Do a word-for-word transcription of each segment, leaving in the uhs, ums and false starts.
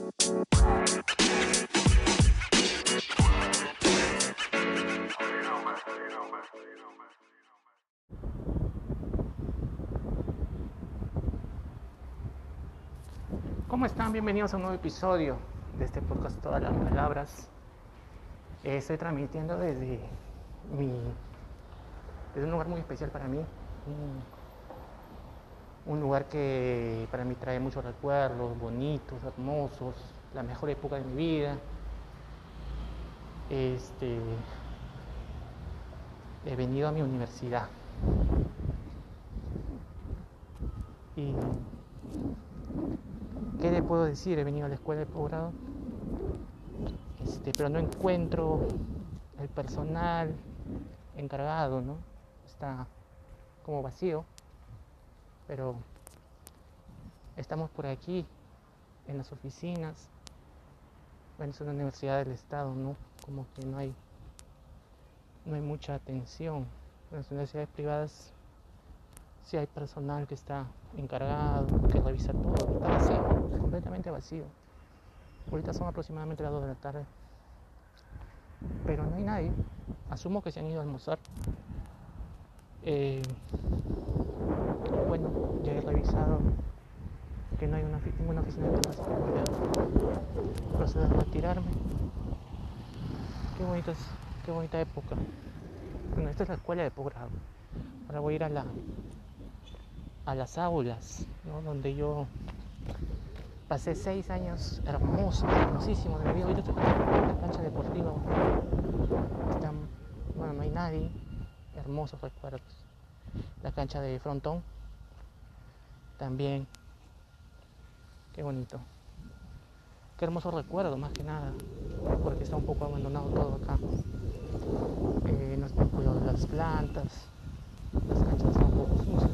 ¿Cómo están? Bienvenidos a un nuevo episodio de este podcast Todas las Palabras. Eh, estoy transmitiendo desde, mi, desde un lugar muy especial para mí, un, un lugar que para mí trae muchos recuerdos bonitos, hermosos, la mejor época de mi vida. Este, he venido a mi universidad y ¿qué le puedo decir? He venido a la escuela de posgrado, este, pero no encuentro el personal encargado, ¿no? Está como vacío, pero estamos por aquí en las oficinas. Bueno, es una universidad del estado, ¿no? Como que no hay no hay mucha atención. En las universidades privadas sí hay personal que está encargado, que revisa todo. Está vacío, completamente vacío. Ahorita son aproximadamente las dos de la tarde, pero no hay nadie. Asumo que se han ido a almorzar. Eh, bueno, ya he revisado que no hay una, ninguna oficina de trabajo. Voy a proceder a retirarme. Qué bonitas, qué bonita época. Bueno, esta es la escuela de posgrado. Ahora voy a ir a la a las aulas, ¿no? Donde yo pasé seis años hermosos, hermosísimos de mi vida. Ahorita estoy en la cancha deportiva. Está, bueno, no hay nadie. Hermosos recuerdos. La cancha de frontón también. Qué bonito. Qué hermoso recuerdo, más que nada, porque está un poco abandonado todo acá. Eh, no están cuidado de las plantas, las canchas están un poco sucias.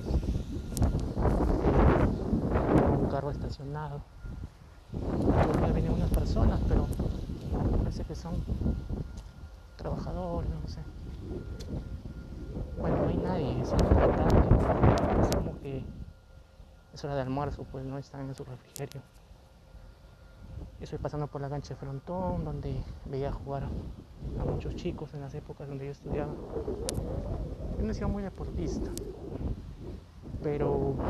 Eh, un carro estacionado. Todavía vienen unas personas, pero parece que son trabajadores, no sé. Bueno, no hay nadie, es hora de la tarde. Es como que es hora de almuerzo, pues no están en su refrigerio. Estoy pasando por la cancha de frontón, donde veía jugar a muchos chicos en las épocas donde yo estudiaba. Yo no he sido muy deportista, pero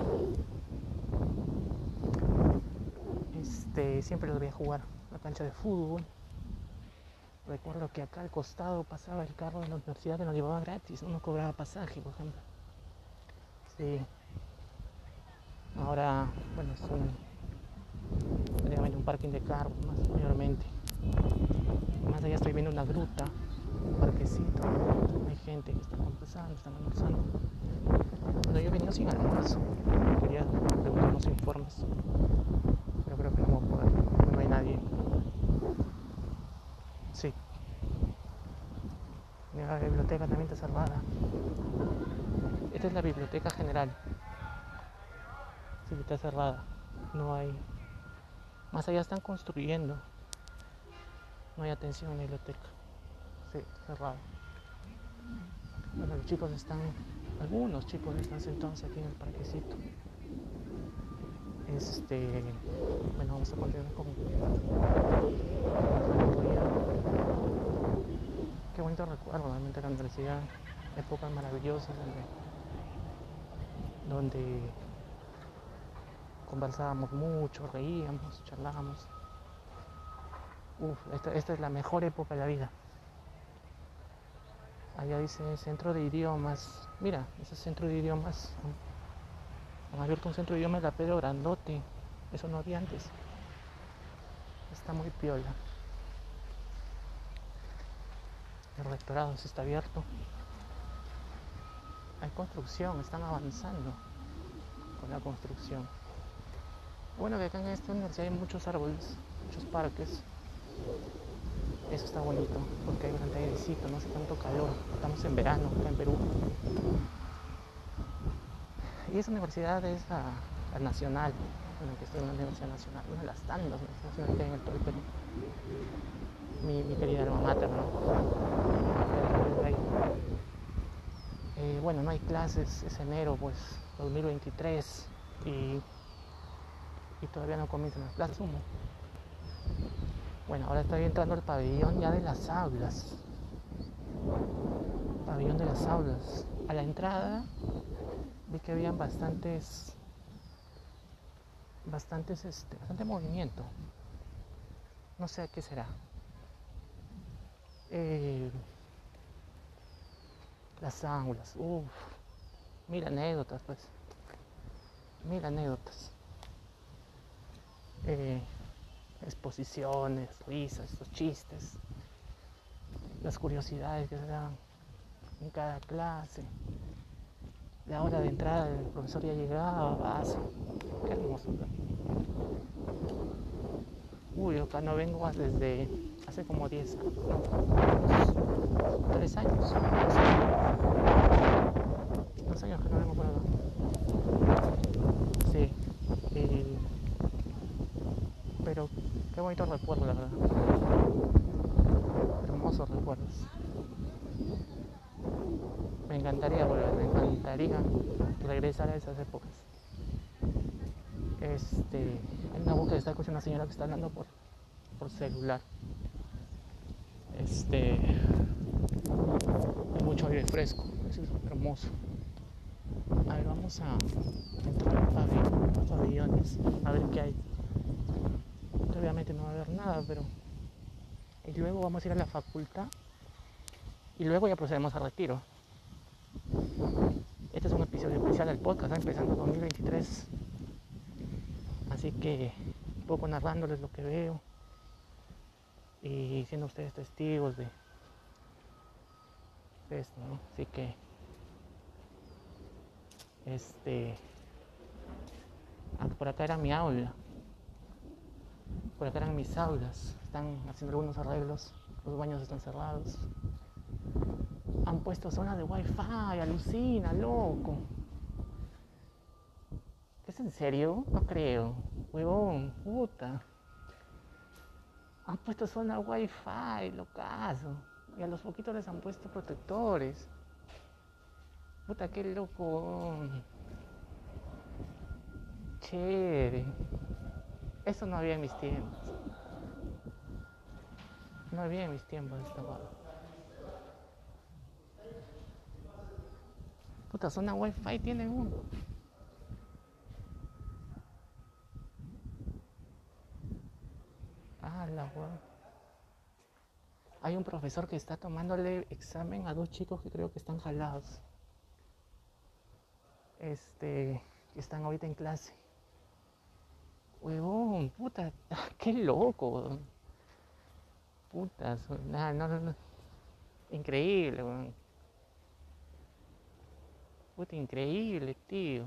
este, siempre los veía jugar. La cancha de fútbol. Recuerdo que acá al costado pasaba el carro de la universidad que nos llevaba gratis, no cobraba pasaje, por ejemplo. Sí. Ahora, bueno, es un, prácticamente un parking de carros, más mayormente. Más allá estoy viendo una gruta, un parquecito. Hay gente que está conversando, están almorzando. Bueno, yo he venido sin almuerzo. Quería preguntar unos informes, pero creo que no voy a poder, no hay nadie. Sí. La biblioteca también está cerrada. Esta es la biblioteca general. Sí, está cerrada. No hay. Más allá están construyendo. No hay atención en la biblioteca. Sí, cerrada. Bueno, los chicos están. Algunos chicos están sentados aquí en el parquecito. Este. Bueno, vamos a continuar con. Qué bonito recuerdo realmente la universidad. Épocas maravillosas donde. donde conversábamos mucho, reíamos, charlábamos. Uf, esta, esta es la mejor época de la vida. Allá dice centro de idiomas. Mira, ese centro de idiomas. Han abierto un centro de idiomas de la Pedro grandote. Eso no había antes. Está muy piola. El rectorado se está abierto. Hay construcción, están avanzando con la construcción. Bueno, que acá en esta universidad hay muchos árboles, muchos parques. Eso está bonito, porque hay bastante airecito, no hace tanto calor. Estamos en verano acá en Perú. Y esa universidad es la, la nacional, en la que estoy en la Universidad Nacional, una de las tantas nacionales que hay en el todo el Perú. Mi, mi querida alma mater, ¿no? Eh, bueno, no hay clases, es enero, pues, dos mil veintitrés, y, y todavía no comienzan las clases, sumo. Bueno, ahora estoy entrando al pabellón ya de las aulas. Pabellón de las aulas. A la entrada vi que habían bastantes, bastantes, este, bastante movimiento. No sé qué será. Eh, las aulas, uff, mil anécdotas, pues, mil anécdotas. Eh, exposiciones, risas, los chistes, las curiosidades que se dan en cada clase. La hora de entrada el profesor ya llegaba, vas. Qué hermoso. Uy, acá no vengo desde hace como diez años, no, tres años, dos años, dos años que no vengo por acá. Sí, y, pero qué bonito recuerdo, la verdad. Hermosos recuerdos. Me encantaría volver, me encantaría regresar a esas épocas. Este, hay una voz que está escuchando una señora que está hablando por, por celular. Este, hay mucho aire fresco, eso es hermoso. A ver, vamos a entrar a pabellón, a pabellones, a ver qué hay. Obviamente no va a haber nada, pero... Y luego vamos a ir a la facultad y luego ya procedemos al retiro. Este es un episodio especial del podcast, ¿eh? Empezando dos mil veintitrés. Así que un poco narrándoles lo que veo y siendo ustedes testigos de, de esto, ¿no? Así que, este, por acá era mi aula, por acá eran mis aulas, están haciendo algunos arreglos, los baños están cerrados, han puesto zona de wifi, alucina, loco. ¿Es en serio? No creo, huevón, puta. Han puesto zona wifi, locazo. Y a los poquitos les han puesto protectores. Puta, qué loco. Chévere. Eso no había en mis tiempos. No había en mis tiempos esta cosa. Puta, zona wifi tiene uno. Ah, la hueá. Hay un profesor que está tomándole examen a dos chicos que creo que están jalados. Este, que están ahorita en clase. Huevón, puta, qué loco, huevón. Puta, nada, no, no, no. Increíble, huevón. Puta, increíble, tío.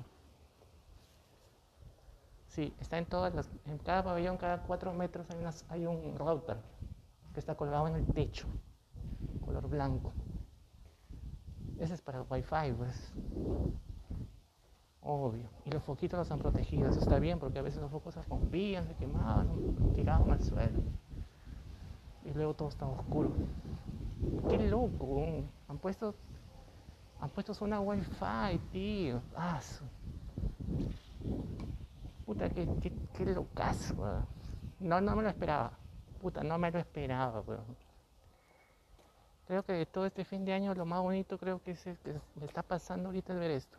Sí, está en todas las, en cada pabellón, cada cuatro metros hay, unas, hay un router que está colgado en el techo, color blanco. Ese es para el wifi, pues. Obvio. Y los foquitos los han protegido. Eso está bien porque a veces los focos se rompían, se quemaban, tiraban al suelo. Y luego todo estaba oscuro. Qué loco. Han puesto, han puesto zona wifi, tío. Ah, su... Puta, qué, qué, qué locazo, weón. No, no me lo esperaba. Puta, no me lo esperaba, weón. Creo que de todo este fin de año lo más bonito creo que es el que me está pasando ahorita es ver esto.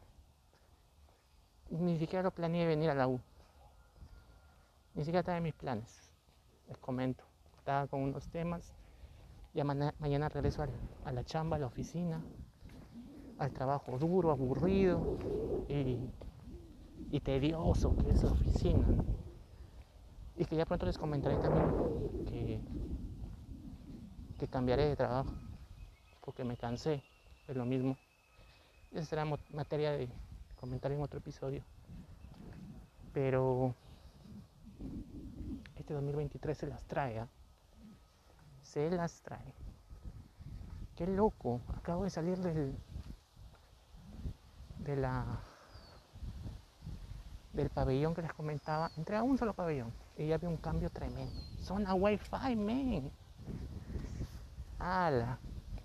Ni siquiera lo planeé venir a la U. Ni siquiera estaba en mis planes. Les comento. Estaba con unos temas. Ya mañana, mañana regreso al, a la chamba, a la oficina. Al trabajo duro, aburrido y, y tedioso que es la oficina, ¿no? Y que ya pronto les comentaré también que, que cambiaré de trabajo. Porque me cansé de lo mismo. Esa será materia de comentar en otro episodio. Pero este dos mil veintitrés se las trae, ¿eh? Se las trae. Qué loco. Acabo de salir del de la del pabellón que les comentaba. Entré a un solo pabellón y ya vi un cambio tremendo. Zona wifi, men. Ala.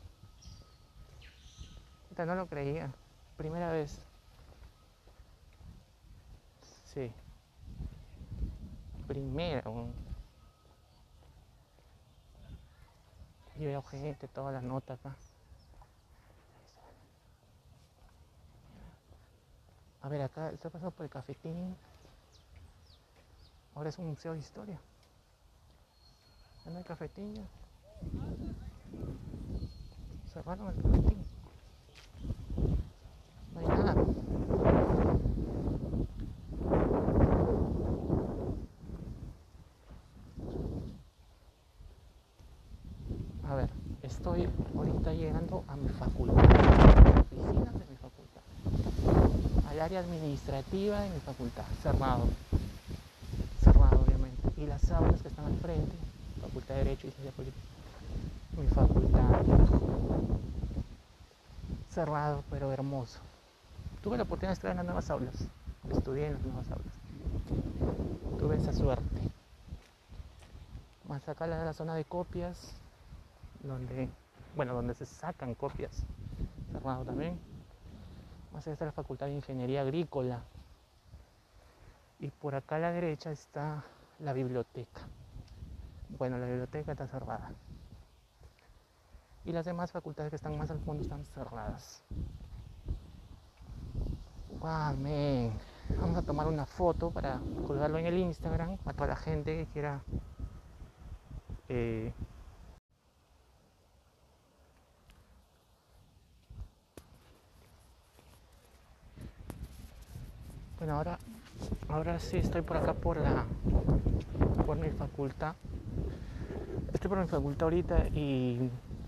No lo creía. Primera vez. Sí. Primera. Y veo gente, toda la nota acá. A ver, acá estoy pasando por el cafetín. Ahora es un museo de historia. Ya no hay cafetín ya. Cerraron el cafetín. No hay nada. A ver, estoy ahorita llegando a mi facultad, a las oficinas de mi facultad, al área administrativa de mi facultad, cerrado, cerrado obviamente, y las aulas que están al frente, Facultad de Derecho y Ciencia Política, mi facultad, cerrado pero hermoso. Tuve la oportunidad de estar en las nuevas aulas, estudié en las nuevas aulas, tuve esa suerte. Más acá la, la zona de copias, donde, bueno, donde se sacan copias, cerrado también. Más allá está la Facultad de Ingeniería Agrícola. Y por acá a la derecha está la biblioteca. Bueno, la biblioteca está cerrada. Y las demás facultades que están más al fondo están cerradas. ¡Wow, man! Vamos a tomar una foto para colgarlo en el Instagram a toda la gente que quiera eh, bueno, ahora, ahora sí estoy por acá por la por mi facultad. Estoy por mi facultad ahorita y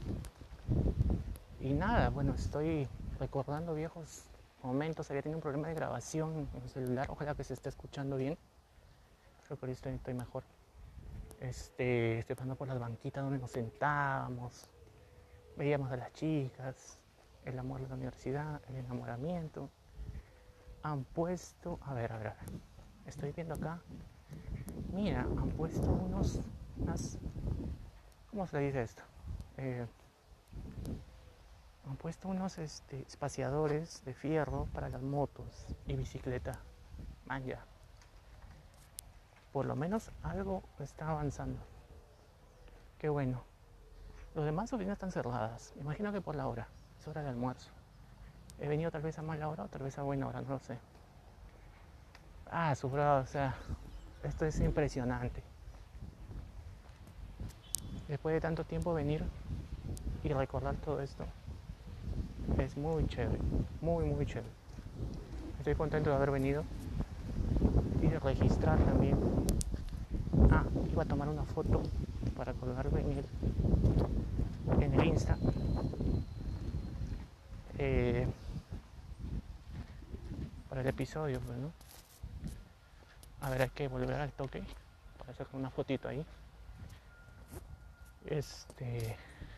y nada, bueno, estoy recordando viejos momentos. Había tenido un problema de grabación en el celular, ojalá que se esté escuchando bien. Creo que ahorita estoy, estoy mejor. Este, estoy pasando por las banquitas donde nos sentábamos, veíamos a las chicas, el amor de la universidad, el enamoramiento. Han puesto, a ver, a ver, a ver, estoy viendo acá, mira, han puesto unos, unas, ¿cómo se le dice esto? Eh, han puesto unos este, espaciadores de fierro para las motos y bicicleta. Man, ya. Por lo menos algo está avanzando. Qué bueno. Los demás oficinas están cerradas. Me imagino que por la hora. Es hora de almuerzo. He venido tal vez a mala hora o tal vez a buena hora, no lo sé. Ah, sufrado, o sea, esto es impresionante. Después de tanto tiempo venir y recordar todo esto, es muy chévere, muy muy chévere. Estoy contento de haber venido y de registrar también. Ah, iba a tomar una foto para colgarme en el, en el Insta. Eh, para el episodio, pues, ¿no? A ver, hay que volver al toque para hacer una fotito ahí. Este...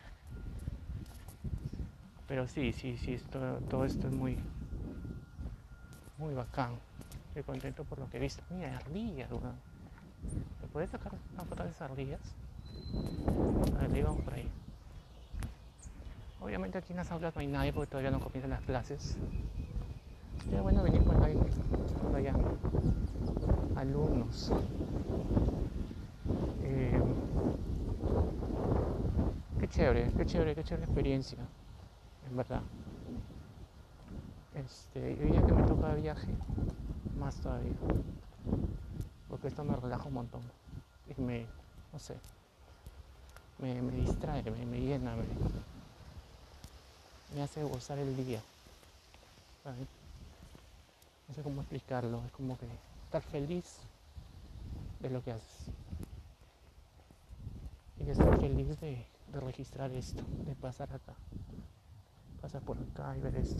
Pero sí, sí, sí, esto, todo esto es muy, muy bacán. Estoy contento por lo que he visto. Mira, ardillas, weón. ¿Me puedes sacar una foto de esas ardillas? A ver, ahí vamos por ahí. Obviamente aquí en las aulas no hay nadie porque todavía no comienzan las clases. Sería bueno venir cuando hay, cuando haya alumnos. Eh, qué chévere, qué chévere, qué chévere experiencia. En verdad. Este, y hoy día que me toca de viaje, más todavía. Porque esto me relaja un montón. Y me, no sé, me, me distrae, me, me llena, me, me hace gozar el día. ¿Sabes? No sé cómo explicarlo, es como que estar feliz de lo que haces. Y estar feliz de, de registrar esto, de pasar acá. Pasar por acá y ver esto.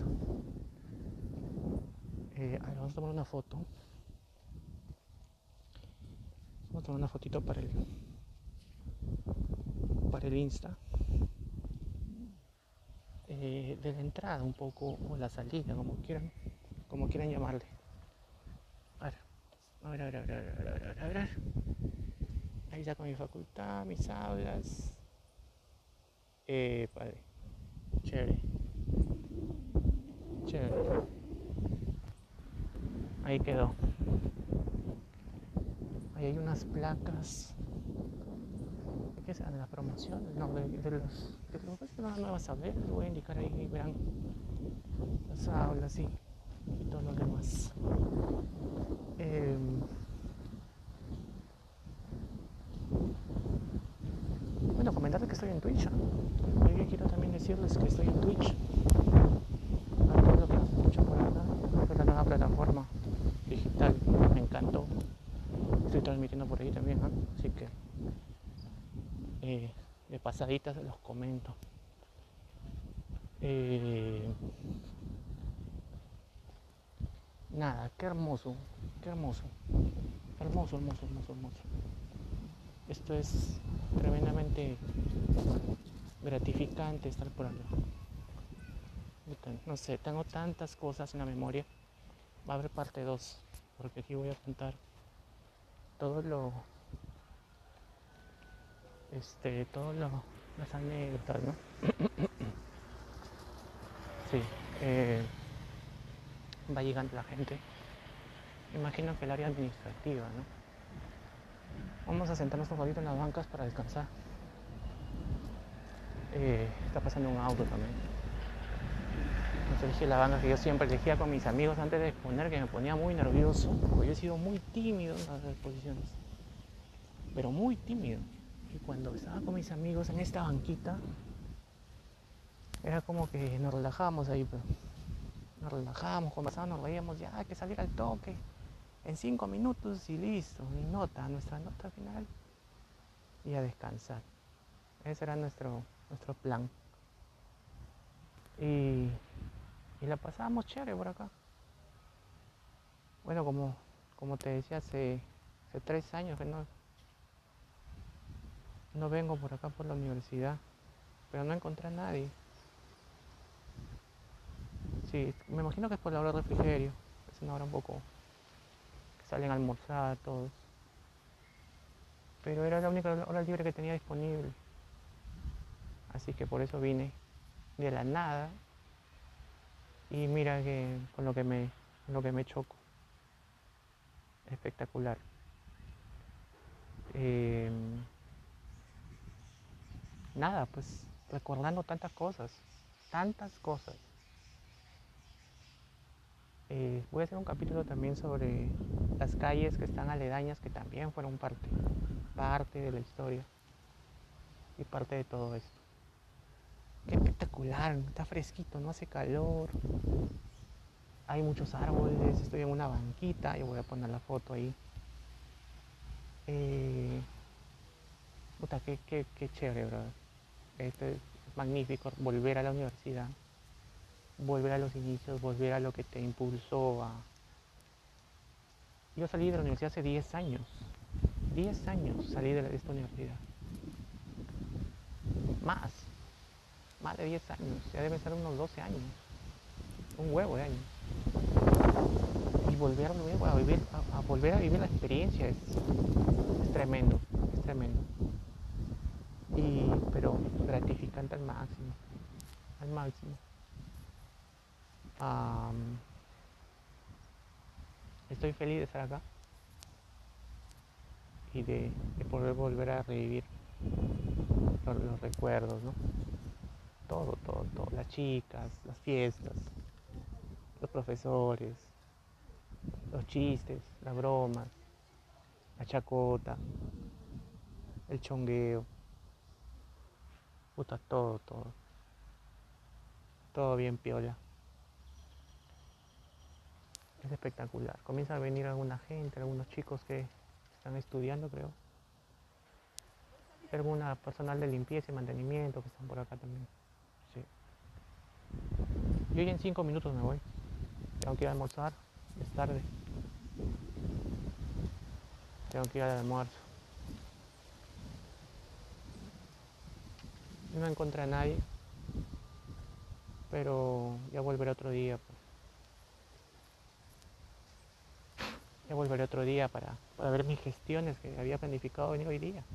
Eh, a ver, vamos a tomar una foto. Vamos a tomar una fotito para el para el Insta. Eh, de la entrada un poco, o la salida, como quieran, como quieran llamarle. A ver, a ver, a ver, a ver, a ver, a ver, a ver, a ver. Ahí está con mi facultad, mis aulas. Eh, padre. Chévere. Chévere. Ahí quedó. Ahí hay unas placas. ¿Qué serán las las promociones, no, de, de los de los de las nuevas aulas. Les voy a indicar ahí y verán las aulas y, y todo lo demás. Eh, bueno, comentarles que estoy en Twitch. Yo quiero también decirles que estoy en Twitch. A todos los que nos escuchan por acá, es la nueva plataforma digital, me encantó. Estoy transmitiendo por ahí también, ¿eh? Así que eh, de pasaditas los comento. Eh, nada, qué hermoso, qué hermoso, hermoso, hermoso, hermoso, hermoso. Esto es tremendamente gratificante estar por acá. No sé, tengo tantas cosas en la memoria. Va a haber parte dos, porque aquí voy a contar todo lo, este, todo lo, las anécdotas, ¿no? Sí, eh, va llegando la gente. Imagino que el área administrativa, ¿no? Vamos a sentarnos un ratito en las bancas para descansar. Eh, está pasando un auto también. Entonces elegí la banca que yo siempre elegía con mis amigos antes de exponer, que me ponía muy nervioso, porque yo he sido muy tímido en las exposiciones. Pero muy tímido. Y cuando estaba con mis amigos en esta banquita, era como que nos relajábamos ahí, pero nos relajábamos, conversábamos, nos reíamos, ya que salir al toque, en cinco minutos y listo, mi nota, nuestra nota final, y a descansar. Ese era nuestro, nuestro plan. Y, y la pasábamos chévere por acá. Bueno, como, como te decía, hace, hace tres años que no, no vengo por acá por la universidad, pero no encontré a nadie. Sí, me imagino que es por la hora del refrigerio, es una hora un poco que salen a almorzar todos. Pero era la única hora libre que tenía disponible. Así que por eso vine de la nada. Y mira que con lo que me, con lo que me choco. Espectacular. Eh, nada, pues recordando tantas cosas. Tantas cosas. Eh, voy a hacer un capítulo también sobre las calles que están aledañas, que también fueron parte, parte de la historia y parte de todo esto. Qué espectacular, está fresquito, no hace calor, hay muchos árboles, estoy en una banquita, yo voy a poner la foto ahí. Eh, puta, qué, qué, qué chévere, brother. Esto es magnífico, volver a la universidad, volver a los inicios, volver a lo que te impulsó a... Yo salí de la universidad hace diez años, diez años salí de, la, de esta universidad. Más, más de diez años, ya deben ser unos doce años, un huevo de años. Y volver luego a vivir, a, a volver a vivir la experiencia es, es tremendo, es tremendo. Y, pero gratificante al máximo, al máximo. Um, estoy feliz de estar acá y de, de poder volver a revivir los, los recuerdos, ¿no? Todo, todo, todo. Las chicas, las fiestas, los profesores, los chistes, las bromas, la chacota, el chongueo. Puta, todo, todo. Todo bien piola. Es espectacular. Comienza a venir alguna gente, algunos chicos que están estudiando, creo. Alguna personal de limpieza y mantenimiento que están por acá también. Sí. Yo ya en cinco minutos me voy. Tengo que ir a almorzar. Es tarde. Tengo que ir al almuerzo. No encontré a nadie. Pero ya volveré otro día. Pues. Ya volveré otro día para, para ver mis gestiones que había planificado venir hoy día.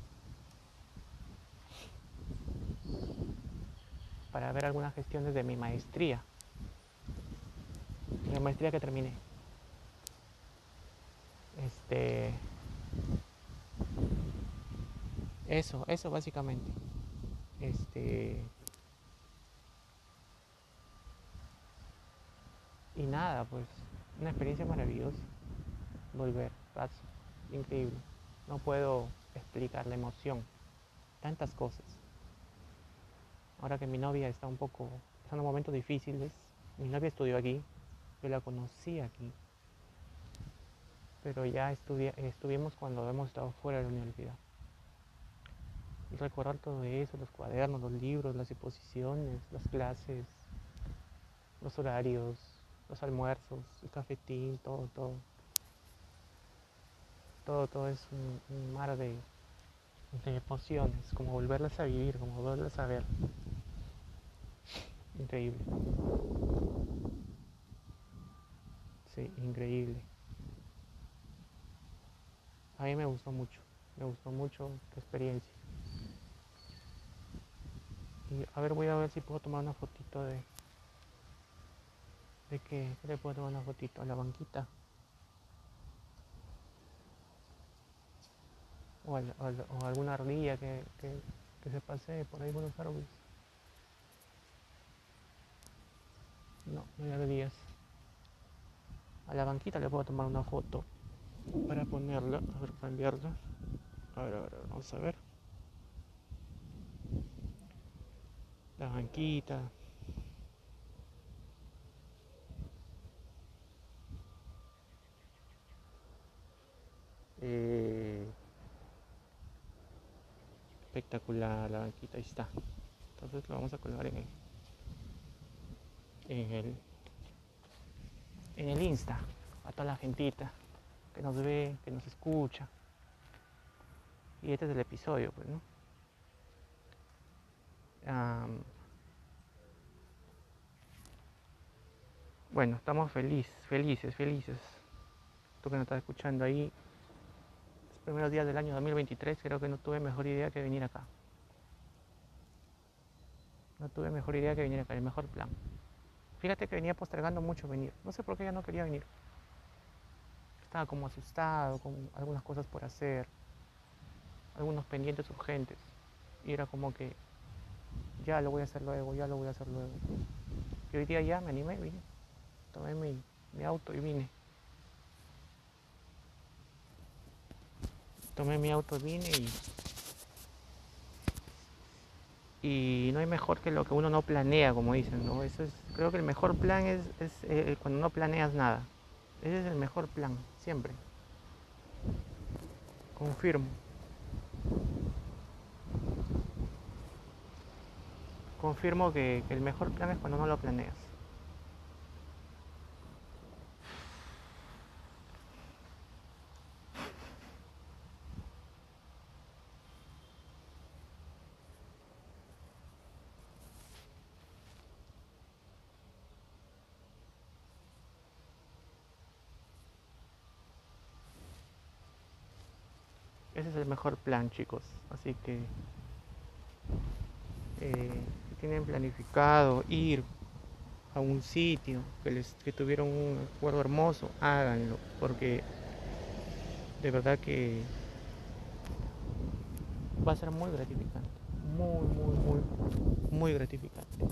Para ver algunas gestiones de mi maestría. La maestría que terminé. Este... Eso, eso básicamente. Este, y nada, pues una experiencia maravillosa. Volver, paz, increíble. No puedo explicar la emoción, tantas cosas. Ahora que mi novia está un poco pasando momentos difíciles, mi novia estudió aquí, yo la conocí aquí, pero ya estudi- estuvimos cuando hemos estado fuera de la universidad. Y recordar todo eso, los cuadernos, los libros, las exposiciones, las clases, los horarios, los almuerzos, el cafetín, todo, todo. Todo, todo es un, un mar de, de emociones, como volverlas a vivir, como volverlas a ver. Increíble, sí, increíble. A mí me gustó mucho, me gustó mucho la experiencia. Y a ver, voy a ver si puedo tomar una fotito de, de que, ¿qué le puedo tomar una fotito? A la banquita o, al- o al- o alguna ardilla que, que, que se pase por ahí por los árboles. No, no hay ardillas. A la banquita le puedo tomar una foto para ponerla, a ver, para enviarla. A ver, a ver, vamos a ver. La banquita. Eh, espectacular la banquita, ahí está. Entonces lo vamos a colgar en el, en el, en el Insta. A toda la gentita que nos ve, que nos escucha. Y este es el episodio, pues, ¿no? Am, bueno, estamos felices, felices, felices. Tú que nos estás escuchando ahí, los primeros días del año dos mil veintitrés, creo que no tuve mejor idea que venir acá. No tuve mejor idea que venir acá, el mejor plan. Fíjate que venía postergando mucho venir. No sé por qué ya no quería venir. Estaba como asustado, con algunas cosas por hacer, algunos pendientes urgentes. Y era como que ya lo voy a hacer luego, ya lo voy a hacer luego. Y hoy día ya me animé, vine. Tomé mi, mi auto y vine. Tomé mi auto y vine y, y no hay mejor que lo que uno no planea, como dicen, ¿no? Eso es, creo que el mejor plan es, es eh, cuando no planeas nada. Ese es el mejor plan, siempre. Confirmo. Confirmo que, que el mejor plan es cuando no lo planeas. Ese es el mejor plan, chicos. Así que eh, si tienen planificado ir a un sitio que les que tuvieron un acuerdo hermoso, háganlo, porque de verdad que va a ser muy gratificante, muy, muy, muy, muy gratificante.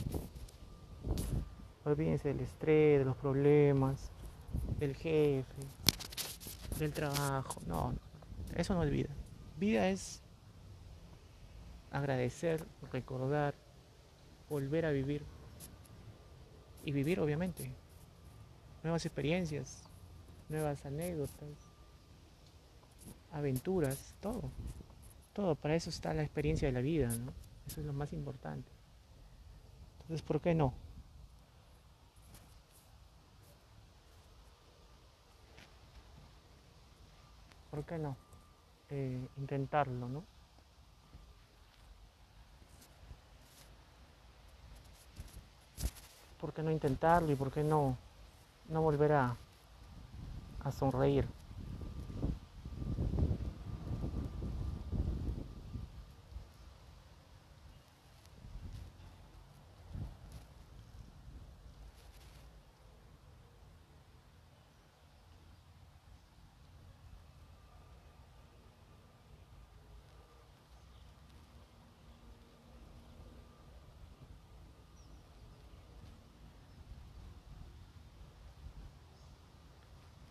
Olvídense del estrés, de los problemas, del jefe, del trabajo. No, no, eso no es vida. Vida es agradecer, recordar, volver a vivir y vivir obviamente nuevas experiencias, nuevas anécdotas, aventuras, todo, todo. Para eso está la experiencia de la vida, ¿no? Eso es lo más importante. Entonces, ¿por qué no? ¿Por qué no? Eh, intentarlo, ¿no? ¿Por qué no intentarlo y por qué no, no volver a, a sonreír?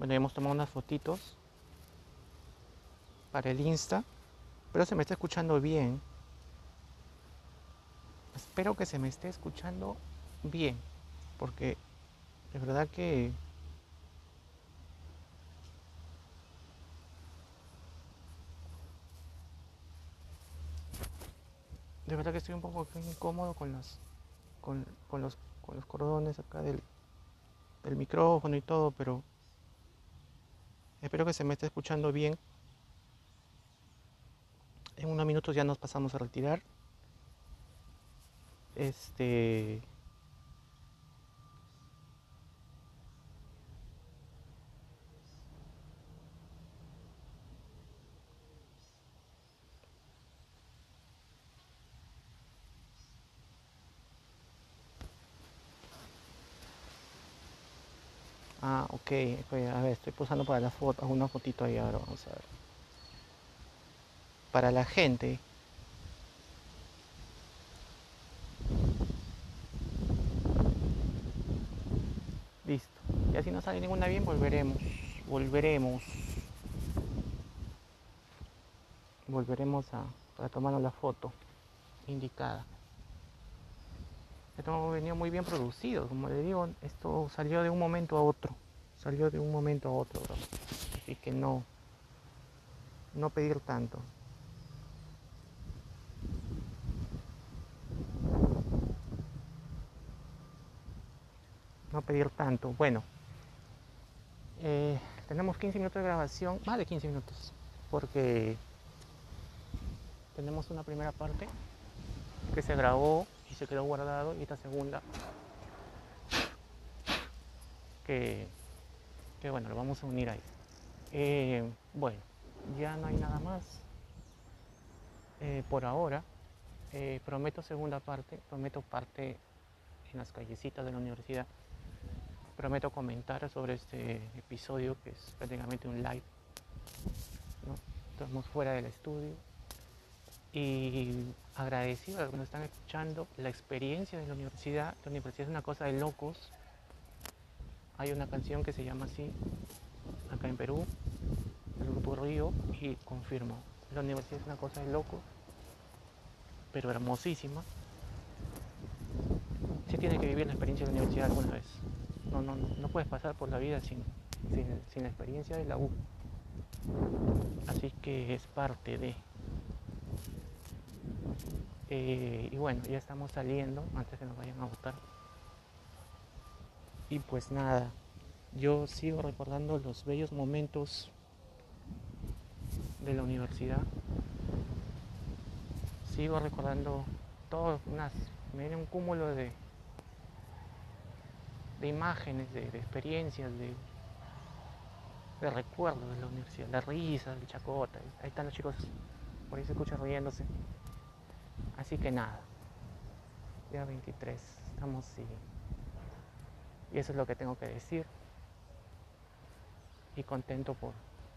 Bueno, hemos tomado unas fotitos para el Insta, pero se me está escuchando bien. Espero que se me esté escuchando bien, porque de verdad que de verdad que estoy un poco incómodo con los con, con los con los cordones acá del, del micrófono y todo, pero espero que se me esté escuchando bien. En unos minutos ya nos pasamos a retirar. Este Ah, ok, pues, a ver, estoy posando para la foto, una fotito ahí ahora, vamos a ver. Para la gente, listo. Y así no sale ninguna bien, volveremos, volveremos, volveremos a, para tomarnos la foto indicada. Esto ha venido muy bien producido, como le digo, esto salió de un momento a otro, salió de un momento a otro, bro. Así que no, no pedir tanto. No pedir tanto. Bueno, eh, tenemos quince minutos de grabación, más de quince minutos, porque tenemos una primera parte que se grabó y se quedó guardado, y esta segunda que, que bueno, lo vamos a unir ahí. Eh, bueno, ya no hay nada más eh, por ahora. Eh, prometo segunda parte, prometo parte en las callecitas de la universidad. Prometo comentar sobre este episodio que es prácticamente un live, ¿no? Estamos fuera del estudio y agradecido a los que nos están escuchando. La experiencia de la universidad, la universidad es una cosa de locos. Hay una canción que se llama así, acá en Perú, el grupo Río, y confirmo, la universidad es una cosa de locos, pero hermosísima. Sí tienes que vivir la experiencia de la universidad alguna vez. No, no, no puedes pasar por la vida sin, sin, sin la experiencia de la U. Así que es parte de... Eh, y bueno, ya estamos saliendo antes que nos vayan a votar. Y pues nada, yo sigo recordando los bellos momentos de la universidad. Sigo recordando todo, unas, me viene un cúmulo de, de imágenes, de, de experiencias, de, de recuerdos de la universidad, la risa, el chacota. Ahí están los chicos, por ahí se escucha riéndose. Así que nada, día veintitrés, estamos y, y eso es lo que tengo que decir. Y contento por,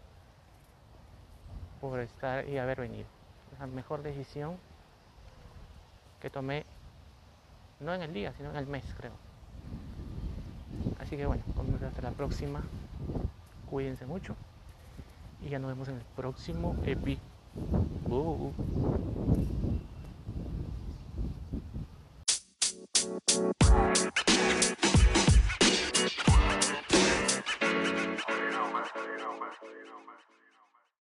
por estar y haber venido. La mejor decisión que tomé, no en el día, sino en el mes, creo. Así que bueno, hasta la próxima. Cuídense mucho. Y ya nos vemos en el próximo epi. Uh.